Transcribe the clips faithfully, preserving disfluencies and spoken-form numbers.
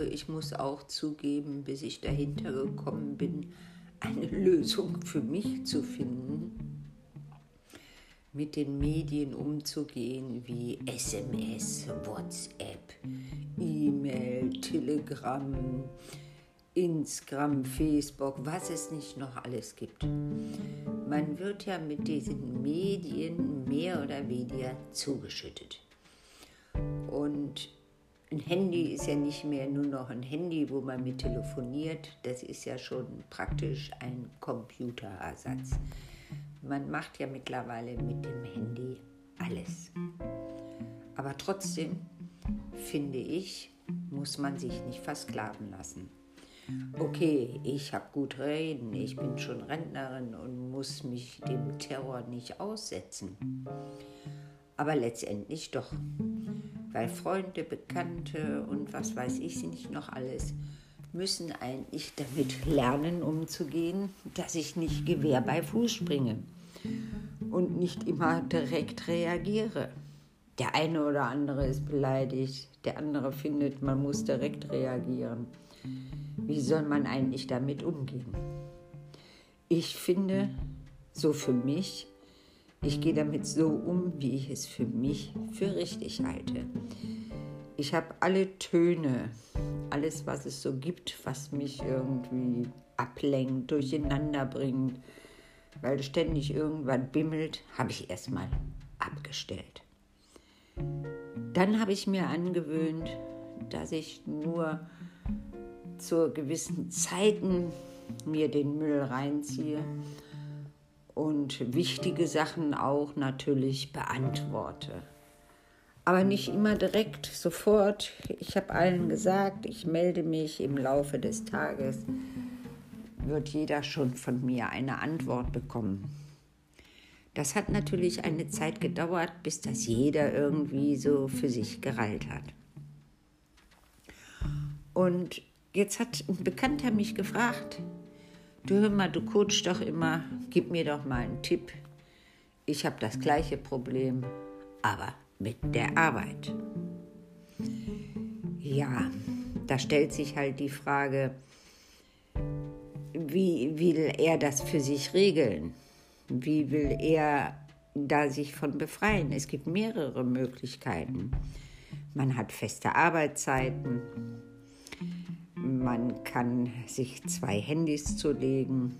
Also ich muss auch zugeben, bis ich dahinter gekommen bin, eine Lösung für mich zu finden, mit den Medien umzugehen, wie S M S, WhatsApp, E-Mail, Telegram, Instagram, Facebook, was es nicht noch alles gibt. Man wird ja mit diesen Medien mehr oder weniger zugeschüttet. Und ein Handy ist ja nicht mehr nur noch ein Handy, wo man mit telefoniert. Das ist ja schon praktisch ein Computerersatz. Man macht ja mittlerweile mit dem Handy alles. Aber trotzdem, finde ich, muss man sich nicht versklaven lassen. Okay, ich habe gut reden, ich bin schon Rentnerin und muss mich dem Terror nicht aussetzen. Aber letztendlich doch, weil Freunde, Bekannte und was weiß ich nicht noch alles, müssen eigentlich damit lernen, umzugehen, dass ich nicht Gewehr bei Fuß springe und nicht immer direkt reagiere. Der eine oder andere ist beleidigt, der andere findet, man muss direkt reagieren. Wie soll man eigentlich damit umgehen? Ich finde, so für mich, ich gehe damit so um, wie ich es für mich für richtig halte. Ich habe alle Töne, alles, was es so gibt, was mich irgendwie ablenkt, durcheinander bringt, weil ständig irgendwann bimmelt, habe ich erstmal abgestellt. Dann habe ich mir angewöhnt, dass ich nur zu gewissen Zeiten mir den Müll reinziehe und wichtige Sachen auch natürlich beantworte. Aber nicht immer direkt, sofort. Ich habe allen gesagt, ich melde mich im Laufe des Tages, wird jeder schon von mir eine Antwort bekommen. Das hat natürlich eine Zeit gedauert, bis das jeder irgendwie so für sich gereilt hat. Und jetzt hat ein Bekannter mich gefragt, du hör mal, du coachst doch immer, gib mir doch mal einen Tipp. Ich habe das gleiche Problem, aber mit der Arbeit. Ja, da stellt sich halt die Frage, wie will er das für sich regeln? Wie will er da sich von befreien? Es gibt mehrere Möglichkeiten. Man hat feste Arbeitszeiten. Man kann sich zwei Handys zulegen.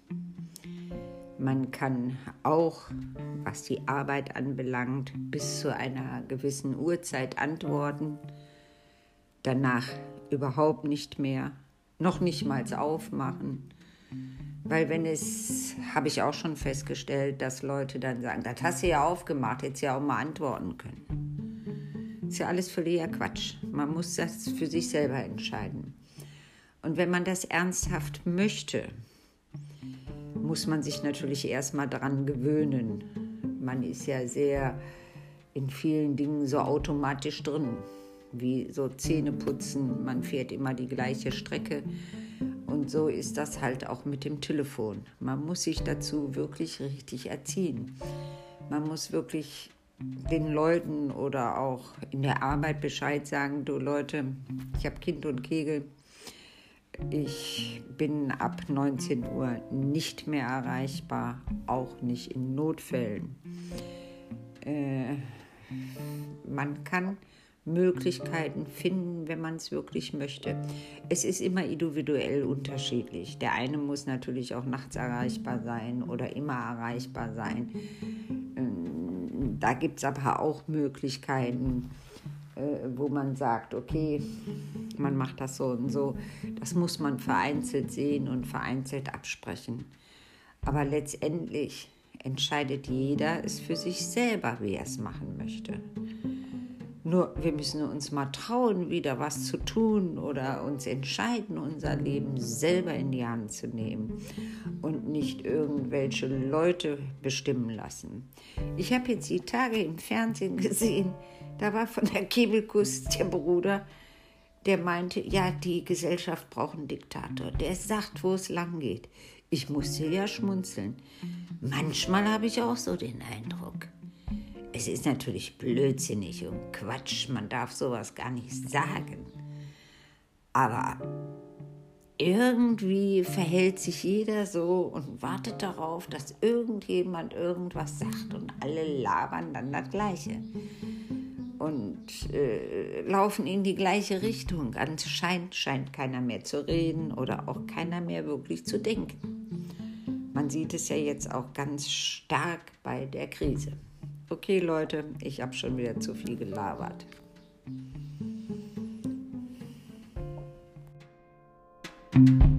Man kann auch, was die Arbeit anbelangt, bis zu einer gewissen Uhrzeit antworten. Danach überhaupt nicht mehr, noch nicht mal aufmachen. Weil wenn es, habe ich auch schon festgestellt, dass Leute dann sagen, das hast du ja aufgemacht, hättest ja auch mal antworten können. Ist ja alles völliger Quatsch. Man muss das für sich selber entscheiden. Und wenn man das ernsthaft möchte, muss man sich natürlich erstmal daran gewöhnen. Man ist ja sehr in vielen Dingen so automatisch drin, wie so Zähne putzen, man fährt immer die gleiche Strecke. Und so ist das halt auch mit dem Telefon. Man muss sich dazu wirklich richtig erziehen. Man muss wirklich den Leuten oder auch in der Arbeit Bescheid sagen, du Leute, ich habe Kind und Kegel, ich bin ab neunzehn Uhr nicht mehr erreichbar, auch nicht in Notfällen. Äh, man kann Möglichkeiten finden, wenn man es wirklich möchte. Es ist immer individuell unterschiedlich. Der eine muss natürlich auch nachts erreichbar sein oder immer erreichbar sein. Da gibt es aber auch Möglichkeiten, wo man sagt, okay, man macht das so und so. Das muss man vereinzelt sehen und vereinzelt absprechen. Aber letztendlich entscheidet jeder es für sich selber, wie er es machen möchte. Nur wir müssen uns mal trauen, wieder was zu tun oder uns entscheiden, unser Leben selber in die Hand zu nehmen und nicht irgendwelche Leute bestimmen lassen. Ich habe jetzt die Tage im Fernsehen gesehen, da war von der Kebekus der Bruder, der meinte, ja, die Gesellschaft braucht einen Diktator, der sagt, wo es lang geht. Ich musste ja schmunzeln. Manchmal habe ich auch so den Eindruck. Es ist natürlich blödsinnig und Quatsch, man darf sowas gar nicht sagen. Aber irgendwie verhält sich jeder so und wartet darauf, dass irgendjemand irgendwas sagt und alle labern dann das Gleiche und äh, laufen in die gleiche Richtung. Anscheinend scheint keiner mehr zu reden oder auch keiner mehr wirklich zu denken. Man sieht es ja jetzt auch ganz stark bei der Krise. Okay, Leute, ich habe schon wieder zu viel gelabert. Thank you.